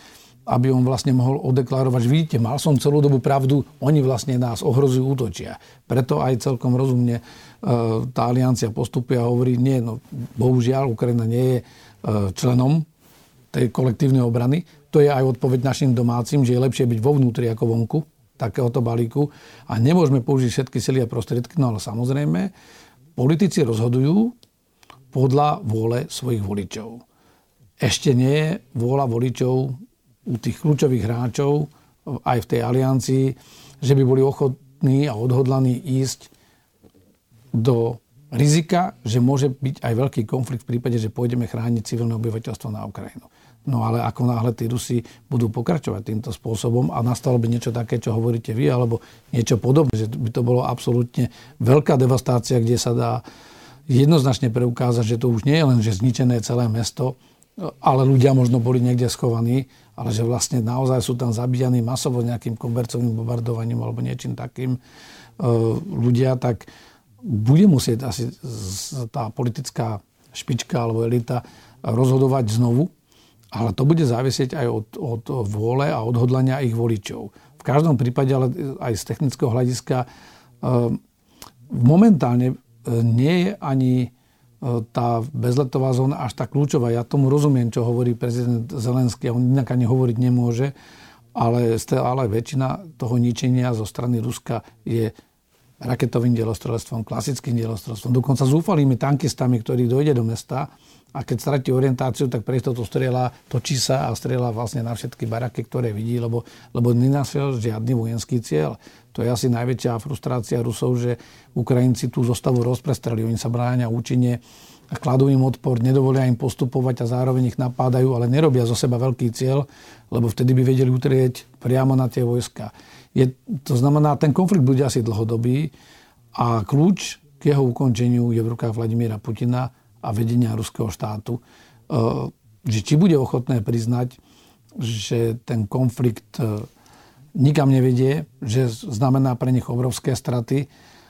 aby on vlastne mohol odeklarovať, že vidíte, mal som celú dobu pravdu, oni vlastne nás ohrozujú, útočia. Preto aj celkom rozumne tá aliancia postupuje a hovorí, nie, no bohužiaľ, Ukrajina nie je členom tej kolektívnej obrany. To je aj odpoveď našim domácim, že je lepšie byť vo vnútri ako vonku takéhoto balíku a nemôžeme použiť všetky sily a prostriedky, no ale samozrejme politici rozhodujú podľa vôle svojich voličov. Ešte nie je vôľa voličov u tých kľúčových hráčov aj v tej aliancii, že by boli ochotní a odhodlaní ísť do rizika, že môže byť aj veľký konflikt v prípade, že pôjdeme chrániť civilné obyvateľstvo na Ukrajinu. No ale ako náhle tí Rusi budú pokračovať týmto spôsobom a nastalo by niečo také, čo hovoríte vy, alebo niečo podobné, že by to bolo absolútne veľká devastácia, kde sa dá jednoznačne preukázať, že to už nie je len, že zničené celé mesto, ale ľudia možno boli niekde schovaní, ale že vlastne naozaj sú tam zabíjani masovo nejakým kobercovým bombardovaním alebo niečím takým ľudia, tak bude musieť asi tá politická špička alebo elita rozhodovať znovu, ale to bude závisieť aj od, od vôle a odhodlania ich voličov. V každom prípade, ale aj z technického hľadiska, momentálne nie je ani tá bezletová zóna až tak kľúčová. Ja tomu rozumiem, čo hovorí prezident Zelenský, a on inak ani hovoriť nemôže, ale stále väčšina toho ničenia zo strany Ruska je raketovým dielostrelectvom, klasickým dielostrelectvom, dokonca zúfalými tankistami, ktorí dojde do mesta a keď stratí orientáciu, tak pre istotu strieľa, točí sa a strieľa vlastne na všetky baraky, ktoré vidí, lebo, lebo nenašiel žiadny vojenský cieľ. To je asi najväčšia frustrácia Rusov, že Ukrajinci tú zostavu rozprestreli. Oni sa bránia účinne, kladú im odpor, nedovolia im postupovať a zároveň ich napádajú, ale nerobia zo seba veľký cieľ, lebo vtedy by vedeli utrieť priamo na tie vojska. Je, to znamená, ten konflikt bude asi dlhodobý a kľúč k jeho ukončeniu je v rukách Vladimíra Putina a vedenia ruského štátu. Že či bude ochotné priznať, že ten konflikt nikam nevedie, že znamená pre nich obrovské straty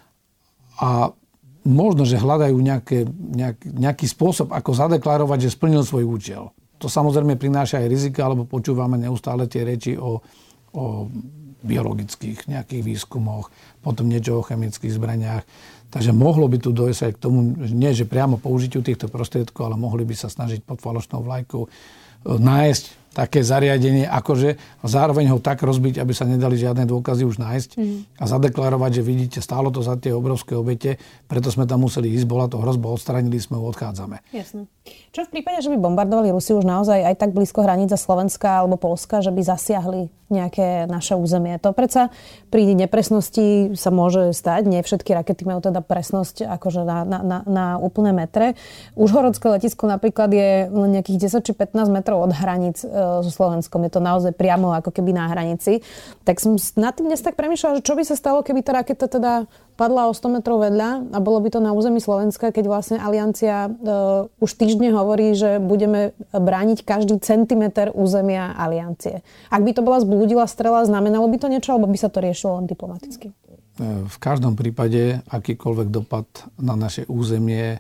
a možno, že hľadajú nejaké, nejak, nejaký spôsob, ako zadeklarovať, že splnil svoj účel. To samozrejme prináša aj rizika, alebo počúvame neustále tie reči o, o biologických nejakých výskumoch, potom niečo o chemických zbraniach. Takže mohlo by tu dojsť aj k tomu, nie že priamo použitiu týchto prostriedkov, ale mohli by sa snažiť pod falošnou vlajkou nájsť také zariadenie, akože a zároveň ho tak rozbiť, aby sa nedali žiadne dôkazy už nájsť mm. a zadeklarovať, že vidíte, stálo to za tie obrovské obete, preto sme tam museli ísť, bola to hrozba, odstránili sme, odchádzame. Jasné. Čo v prípade, že by bombardovali Rusi už naozaj aj tak blízko hraníc Slovenska alebo Poľska, že by zasiahli nejaké naše územie? To predsa pri nepresnosti sa môže stať. Nie všetky rakety majú teda presnosť akože na, na, na, na úplné metre. Užhorodské letisko napríklad je len nejakých desať či pätnásť metrov od hraníc so Slovenskom. Je to naozaj priamo ako keby na hranici. Tak som nad tým dnes tak premýšľala, že čo by sa stalo, keby tá raketa teda padla o sto metrov vedľa a bolo by to na území Slovenska, keď vlastne Aliancia uh, už týždne hovorí, že budeme brániť každý centimeter územia Aliancie. Ak by to bola zblúdila strela, znamenalo by to niečo, alebo by sa to riešilo len diplomaticky? V každom prípade akýkoľvek dopad na naše územie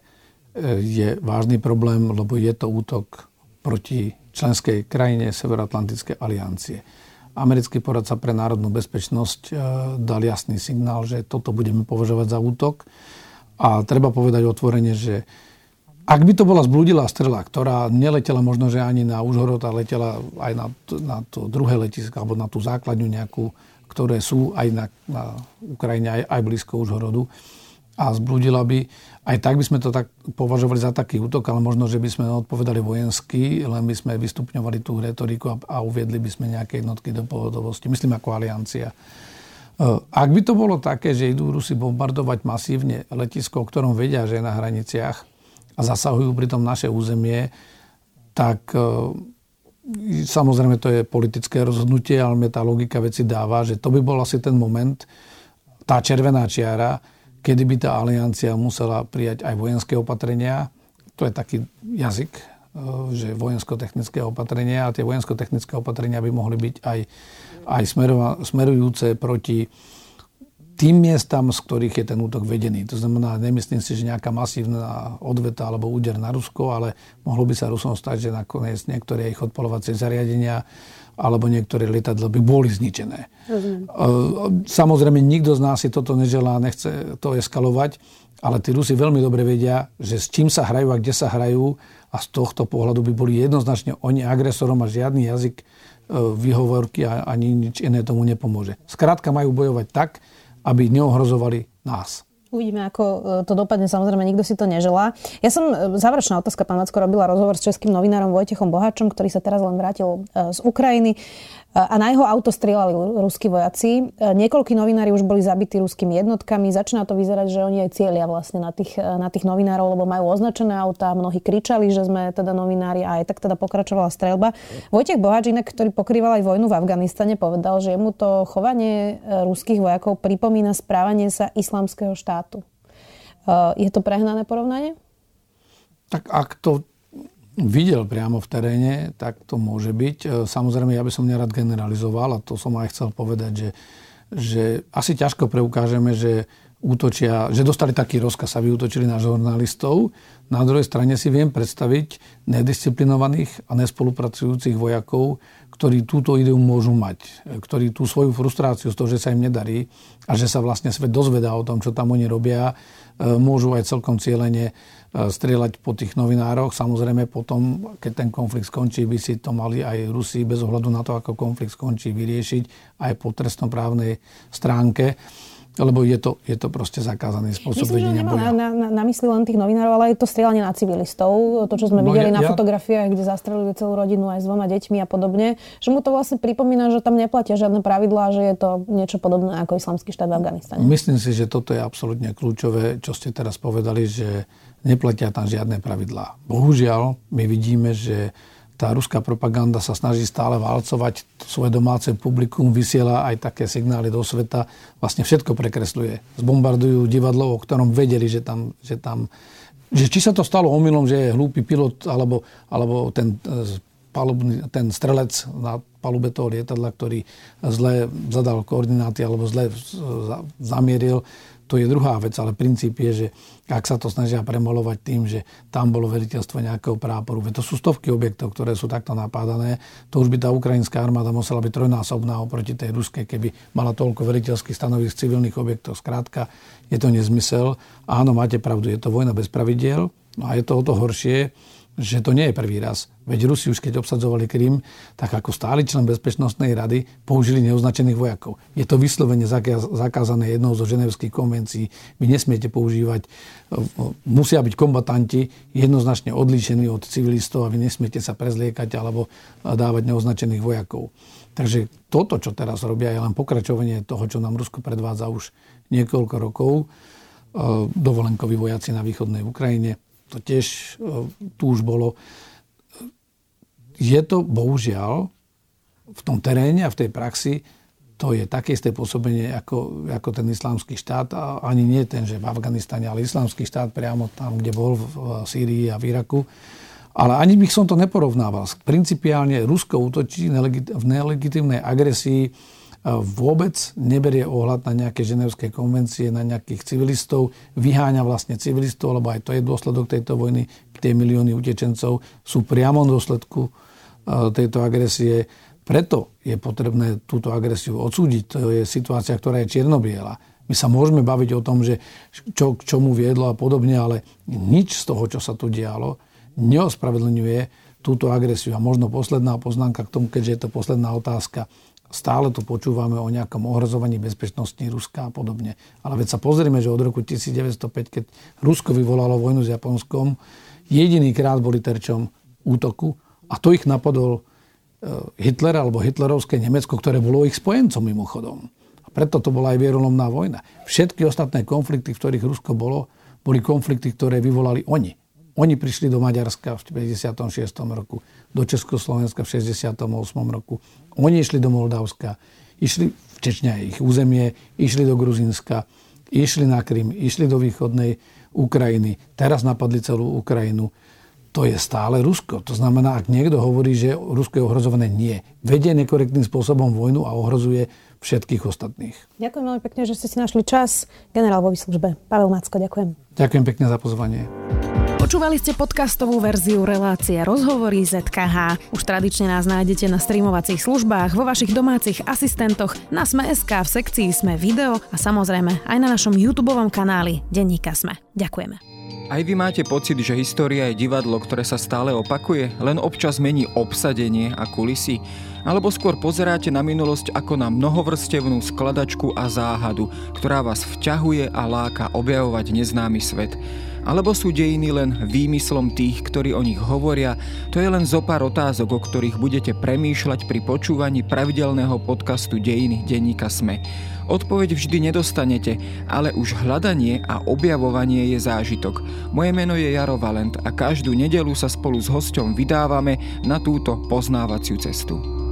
je vážny problém, lebo je to útok proti členskej krajine Severoatlantickej aliancie. Americký poradca pre národnú bezpečnosť dal jasný signál, že toto budeme považovať za útok. A treba povedať otvorene, že ak by to bola zblúdilá strela, ktorá neletela možno, že ani na Užhorod, a letela aj na, na to druhé letisko, alebo na tú základňu nejakú, ktoré sú aj na, na Ukrajine, aj, aj blízko Užhorodu, a zblúdila by, aj tak by sme to tak považovali za taký útok, ale možno, že by sme odpovedali vojensky, len by sme vystupňovali tú retoriku a, a uviedli by sme nejaké jednotky do pohotovosti. Myslím ako aliancia. Ak by to bolo také, že idú Rusi bombardovať masívne letisko, o ktorom vedia, že je na hraniciach a zasahujú pritom naše územie, tak samozrejme to je politické rozhodnutie, ale mne tá logika veci dáva, že to by bol asi ten moment, tá červená čiara, kedy by tá aliancia musela prijať aj vojenské opatrenia. To je taký jazyk, že vojensko-technické opatrenia, a tie vojensko-technické opatrenia by mohli byť aj, aj smerujúce proti tým miestam, z ktorých je ten útok vedený. To znamená, nemyslím si, že nejaká masívna odveta alebo úder na Rusko, ale mohlo by sa Rusom stať, že nakoniec niektoré ich odpolovacie zariadenia alebo niektoré lietadla by boli zničené. Rozumiem. Samozrejme, nikto z nás si toto neželá, nechce to eskalovať, ale tí Rusi veľmi dobre vedia, že s čím sa hrajú a kde sa hrajú a z tohto pohľadu by boli jednoznačne oni agresorom a žiadny jazyk výhovorky a ani nič iné tomu nepomôže. Skrátka majú bojovať tak, aby neohrozovali nás. Uvidíme, ako to dopadne. Samozrejme, nikto si to neželá. Ja som, záverečná otázka, pán Macko, robila rozhovor s českým novinárom Vojtechom Boháčom, ktorý sa teraz len vrátil z Ukrajiny. A na jeho auto strieľali ruskí vojaci. Niekoľkí novinári už boli zabití ruskými jednotkami. Začína to vyzerať, že oni aj cieľia vlastne na tých, na tých novinárov, lebo majú označené autá. Mnohí kričali, že sme teda novinári a aj tak teda pokračovala streľba. Vojtech Boháč, inak, ktorý pokrýval aj vojnu v Afganistane, povedal, že mu to chovanie ruských vojakov pripomína správanie sa Islamského štátu. Je to prehnané porovnanie? Tak ak to videl priamo v teréne, tak to môže byť. Samozrejme, ja by som nerad generalizoval a to som aj chcel povedať, že, že asi ťažko preukážeme, že útočia, že dostali taký rozkaz, aby útočili na žurnalistov. Na druhej strane si viem predstaviť nedisciplinovaných a nespolupracujúcich vojakov, ktorí túto ideu môžu mať, ktorí tú svoju frustráciu z toho, že sa im nedarí a že sa vlastne svet dozvedá o tom, čo tam oni robia, môžu aj celkom cieľene strieľať po tých novinároch. Samozrejme potom, keď ten konflikt skončí, by si to mali aj Rusi bez ohľadu na to, ako konflikt skončí, vyriešiť aj po trestnoprávnej stránke. Lebo je to, je to proste zakázaný spôsob vedenia boja. Na, na, na mysli len tých novinárov, ale aj to strieľanie na civilistov. To, čo sme no videli ja, na ja... fotografiách, kde zastrelili celú rodinu aj s dvoma deťmi a podobne. Že mu to vlastne pripomína, že tam neplatia žiadne pravidlá, že je to niečo podobné ako Islamský štát v Afganistane. Myslím si, že toto je absolútne kľúčové, čo ste teraz povedali, že neplatia tam žiadne pravidlá. Bohužiaľ, my vidíme, že tá ruská propaganda sa snaží stále valcovať svoje domáce publikum, vysiela aj také signály do sveta. Vlastne všetko prekresľuje. Zbombardujú divadlo, o ktorom vedeli, že tam... Že tam že či sa to stalo omylom, že je hlúpy pilot, alebo, alebo ten, palubný, ten strelec na palube toho lietadla, ktorý zle zadal koordináty alebo zle zamieril, to je druhá vec, ale princíp je, že ak sa to snažia premolovať tým, že tam bolo veliteľstvo nejakého práporu, to sú stovky objektov, ktoré sú takto napádané, to už by tá ukrajinská armáda musela byť trojnásobná oproti tej ruskej, keby mala toľko veliteľských stanovisk civilných objektov. Skrátka, je to nezmysel. Áno, máte pravdu, je to vojna bez pravidiel, no a je to o to horšie, že to nie je prvý raz. Veď Rusi už keď obsadzovali Krym, tak ako stály člen Bezpečnostnej rady použili neoznačených vojakov. Je to vyslovene zakázané jednou zo ženevských konvencií. Vy nesmiete používať, musia byť kombatanti jednoznačne odlíšení od civilistov a vy nesmiete sa prezliekať alebo dávať neoznačených vojakov. Takže toto, čo teraz robia, je len pokračovanie toho, čo nám Rusko predvádza už niekoľko rokov. Dovolenkoví vojaci na východnej Ukrajine, to tiež tu už bolo. Je to bohužiaľ v tom teréne a v tej praxi to je také isté pôsobenie ako, ako ten Islamský štát a ani nie ten, že v Afganistane, ale Islamský štát priamo tam, kde bol v Sýrii a v Iraku. Ale ani bych som to neporovnával. Principiálne Rusko útočí v nelegitímnej agresii, vôbec neberie ohľad na nejaké ženevské konvencie, na nejakých civilistov, vyháňa vlastne civilistov, lebo aj to je dôsledok tejto vojny, tie milióny utečencov sú priamo v dôsledku tejto agresie. Preto je potrebné túto agresiu odsúdiť. To je situácia, ktorá je čierno-biela. My sa môžeme baviť o tom, že čo k čomu viedlo a podobne, ale nič z toho, čo sa tu dialo, neospravedlňuje túto agresiu. A možno posledná poznámka k tomu, keďže je to posledná otázka. Stále tu počúvame o nejakom ohrozovaní bezpečnosti Ruska a podobne. Ale veď sa pozrieme, že od roku devätnásťstopäť, keď Rusko vyvolalo vojnu s Japonskom, jedinýkrát boli terčom útoku a to ich napadol Hitler alebo hitlerovské Nemecko, ktoré bolo ich spojencom mimochodom. A preto to bola aj vierolomná vojna. Všetky ostatné konflikty, v ktorých Rusko bolo, boli konflikty, ktoré vyvolali oni. Oni prišli do Maďarska v päťdesiatom šiestom roku, do Československa v šesťdesiatom ôsmom roku. Oni išli do Moldavska, išli v Čečňa, ich územie, išli do Gruzínska, išli na Krym, išli do východnej Ukrajiny. Teraz napadli celú Ukrajinu. To je stále Rusko. To znamená, ak niekto hovorí, že Rusko je ohrozované, nie. Vedie nekorektným spôsobom vojnu a ohrozuje všetkých ostatných. Ďakujem veľmi pekne, že ste si našli čas. Generál vo výslužbe Pavel Macko, ďakujem. Ďakujem pekne za pozvanie. Počúvali ste podcastovú verziu relácie Rozhovory zet ká há. Už tradične nás nájdete na streamovacích službách, vo vašich domácich asistentoch, na Sme bodka es ká, v sekcii Sme video a samozrejme aj na našom YouTubeovom kanáli Denníka Sme. Ďakujeme. Aj vy máte pocit, že história je divadlo, ktoré sa stále opakuje, len občas mení obsadenie a kulisy? Alebo skôr pozeráte na minulosť ako na mnohovrstevnú skladačku a záhadu, ktorá vás vťahuje a láka objavovať neznámy svet? Alebo sú dejiny len výmyslom tých, ktorí o nich hovoria? To je len zopár otázok, o ktorých budete premýšľať pri počúvaní pravidelného podcastu Dejiny denníka Sme. Odpoveď vždy nedostanete, ale už hľadanie a objavovanie je zážitok. Moje meno je Jaro Valent a každú nedeľu sa spolu s hosťom vydávame na túto poznávaciu cestu.